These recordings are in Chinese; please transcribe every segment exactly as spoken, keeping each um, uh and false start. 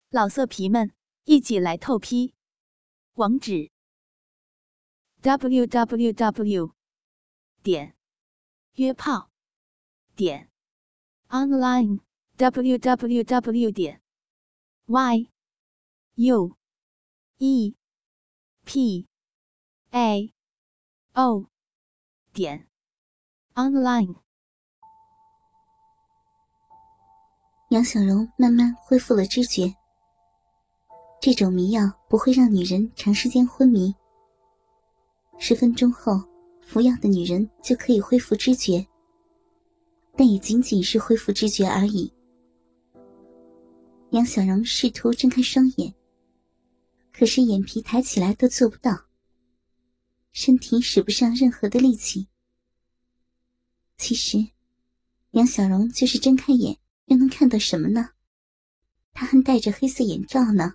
老色皮们，一起来透批！网址 ：double u double u double u 点约炮点 online w w w 点 y u e p a o 点 online。 杨小荣慢慢恢复了知觉。这种迷药不会让女人长时间昏迷，十分钟后服药的女人就可以恢复知觉，但也仅仅是恢复知觉而已。杨小荣试图睁开双眼，可是眼皮抬起来都做不到，身体使不上任何的力气。其实杨小荣就是睁开眼又能看到什么呢？他还戴着黑色眼罩呢。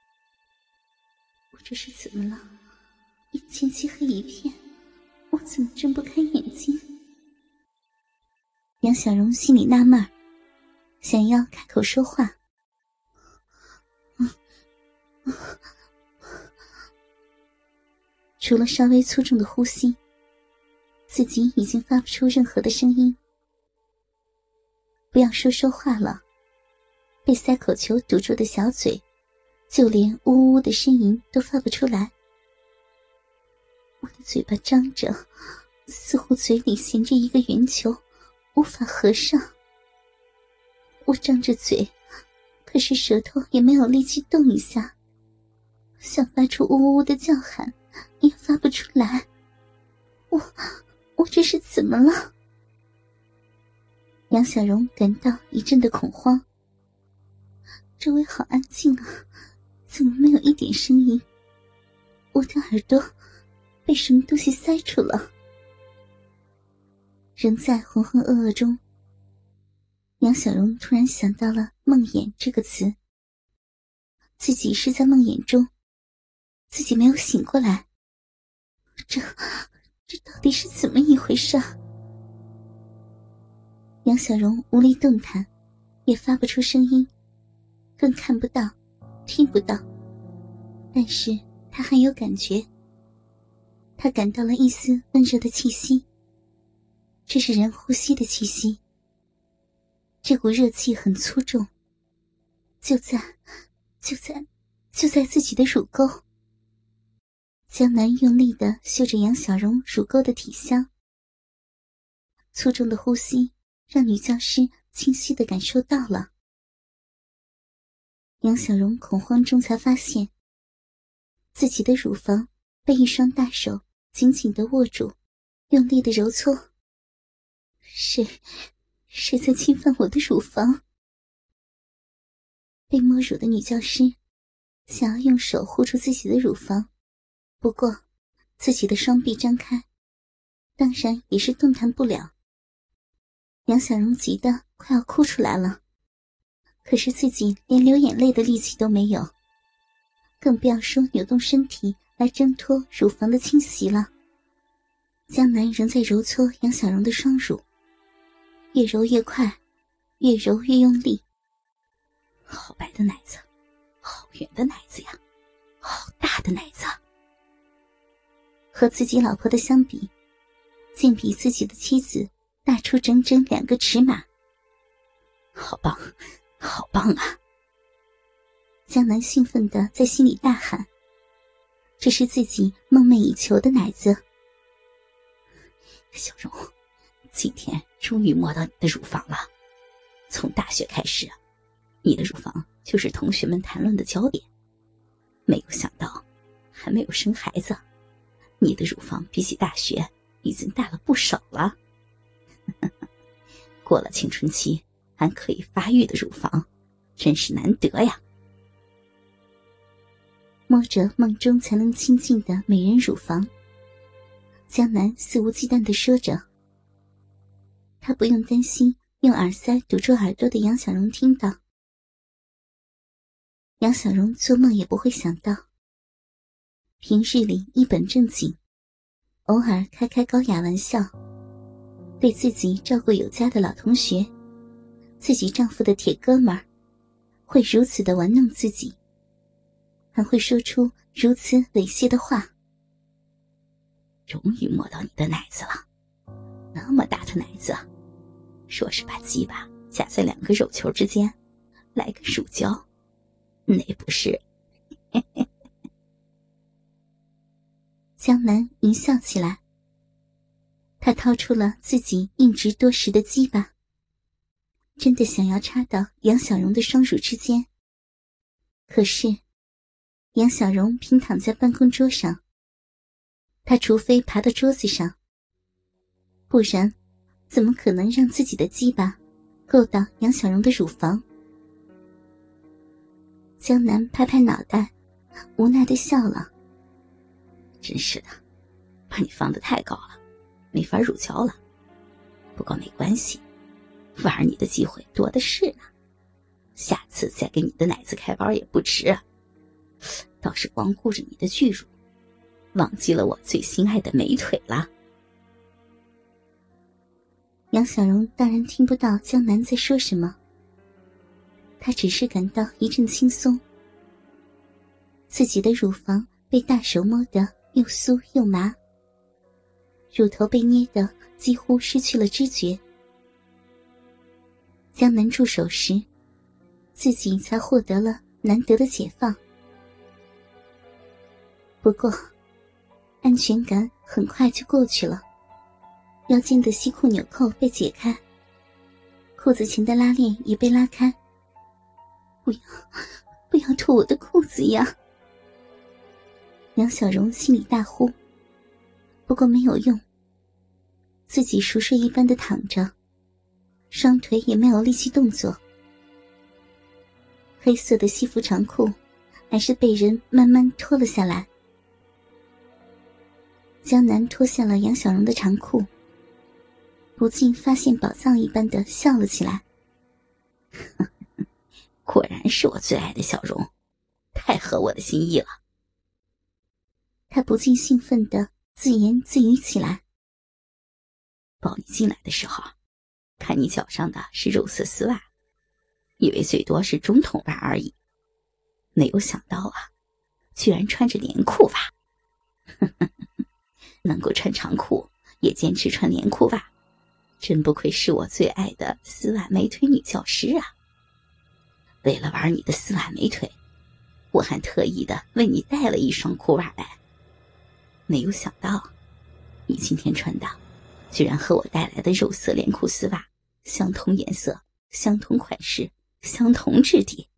我这是怎么了？眼前漆黑一片，我怎么睁不开眼睛？杨小荣心里纳闷，想要开口说话。除了稍微粗重的呼吸，自己已经发不出任何的声音。不要说说话了，被塞口球堵住的小嘴，就连呜呜的呻吟都发不出来。我的嘴巴张着，似乎嘴里衔着一个圆球，无法合上。我张着嘴，可是舌头也没有力气动一下，想发出呜呜的叫喊，也发不出来。我，我这是怎么了？杨小荣感到一阵的恐慌。周围好安静啊，怎么没有一点声音？我的耳朵被什么东西塞住了。仍在浑浑噩噩中，杨小荣突然想到了梦魇这个词。自己是在梦魇中，自己没有醒过来。这这到底是怎么一回事啊？杨小荣无力动弹，也发不出声音，更看不到听不到，但是他还有感觉。他感到了一丝温热的气息，这是人呼吸的气息。这股热气很粗重，就在就在就在自己的乳沟。江南用力地嗅着杨小荣乳沟的体香，粗重的呼吸让女教师清晰地感受到了。杨小荣恐慌中才发现，自己的乳房被一双大手紧紧地握住，用力地揉搓。谁谁在侵犯我的乳房？被摸乳的女教师想要用手护住自己的乳房，不过自己的双臂张开，当然也是动弹不了。杨小荣急得快要哭出来了，可是自己连流眼泪的力气都没有，更不要说扭动身体来挣脱乳房的侵袭了。江南仍在揉搓杨小荣的双乳，越揉越快，越揉越用力。好白的奶子，好圆的奶子呀，好大的奶子。和自己老婆的相比，竟比自己的妻子大出整整两个尺码。好棒，好棒啊！江南兴奋地在心里大喊，这是自己梦寐以求的奶子。小荣，今天终于摸到你的乳房了。从大学开始，你的乳房就是同学们谈论的焦点。没有想到，还没有生孩子，你的乳房比起大学已经大了不少了。过了青春期还可以发育的乳房，真是难得呀。摸着梦中才能亲近的美人乳房，江南肆无忌惮地说着。他不用担心用耳塞堵住耳朵的杨小荣听到。杨小荣做梦也不会想到，平日里一本正经，偶尔开开高雅玩笑，对自己照顾有加的老同学，自己丈夫的铁哥们儿， 会如此的玩弄自己，还会说出如此猥亵的话。 终于摸到你的奶子了，那么大的奶子，说是把鸡巴夹在两个肉球之间，来个乳胶，那不是？ 江南淫笑起来，他掏出了自己硬直多时的鸡巴，真的想要插到杨小荣的双乳之间。可是杨小荣平躺在办公桌上，他除非爬到桌子上，不然怎么可能让自己的鸡巴够到杨小荣的乳房？江南拍拍脑袋，无奈地笑了。 真是的，把你放得太高了，没法乳胶了。不过没关系，玩你的机会多的是呢，下次再给你的奶子开包也不迟啊。倒是光顾着你的巨乳，忘记了我最心爱的美腿了。 杨小荣当然听不到江南在说什么，他只是感到一阵轻松，自己的乳房被大手摸得又酥又麻，乳头被捏得几乎失去了知觉。江南住手时，自己才获得了难得的解放。不过安全感很快就过去了，腰间的西裤纽扣被解开，裤子前的拉链也被拉开。不要不要脱我的裤子呀！杨小荣心里大呼，不过没有用，自己熟睡一般的躺着，双腿也没有力气动作。黑色的西服长裤还是被人慢慢脱了下来。江南脱下了杨小荣的长裤，不禁发现宝藏一般的笑了起来。 果然是我最爱的小荣，太合我的心意了。 他不禁兴奋地自言自语起来。 抱你进来的时候，看你脚上的是肉色丝袜，以为最多是中筒袜而已，没有想到啊，居然穿着连裤袜。能够穿长裤也坚持穿连裤袜，真不愧是我最爱的丝袜美腿女教师啊。为了玩你的丝袜美腿，我还特意的为你带了一双裤袜来。没有想到你今天穿的居然和我带来的肉色连裤丝袜相同颜色、相同款式、相同质地。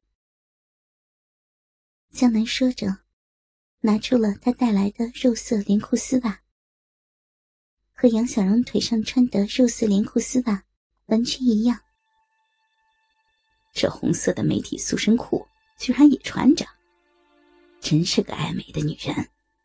江南说着，拿出了他带来的肉色连裤丝袜，和杨小荣腿上穿的肉色连裤丝袜完全一样。 这红色的美体塑身裤居然也穿着，真是个爱美的女人。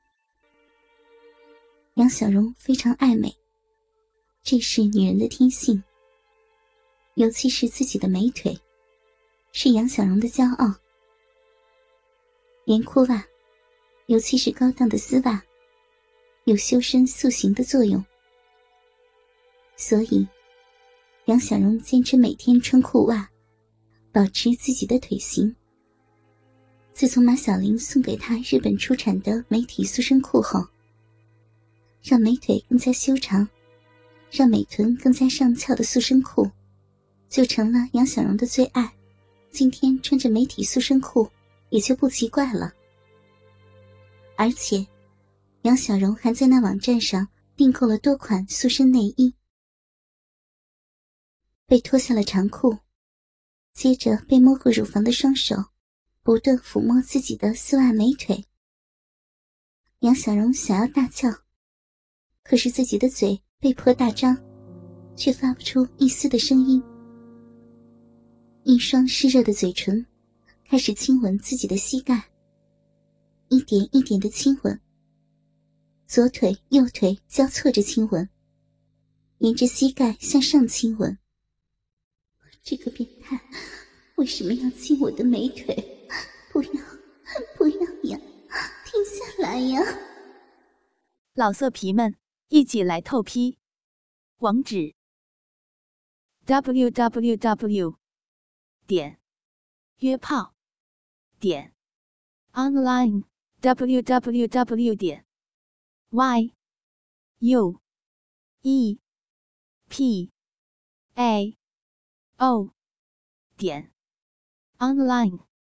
杨小荣非常爱美，这是女人的天性，尤其是自己的美腿，是杨小荣的骄傲。连裤袜，尤其是高档的丝袜，有修身塑形的作用，所以杨小荣坚持每天穿裤袜，保持自己的腿型。自从马小玲送给她日本出产的美体塑身裤后，让美腿更加修长，让美臀更加上翘的塑身裤就成了杨小荣的最爱。今天穿着美体塑身裤也就不奇怪了。而且杨小荣还在那网站上订购了多款塑身内衣。被脱下了长裤，接着被摸过乳房的双手不断抚摸自己的丝袜美腿。杨小荣想要大叫，可是自己的嘴被迫大张，却发不出一丝的声音。一双湿热的嘴唇开始亲吻自己的膝盖，一点一点的亲吻，左腿右腿交错着亲吻，沿着膝盖向上亲吻。这个变态为什么要亲我的美腿？不要不要呀，停下来呀！ 老色皮们一起来透批，网址 double u double u double u 点约炮点 online w w w 点 y u e p a o 点 online。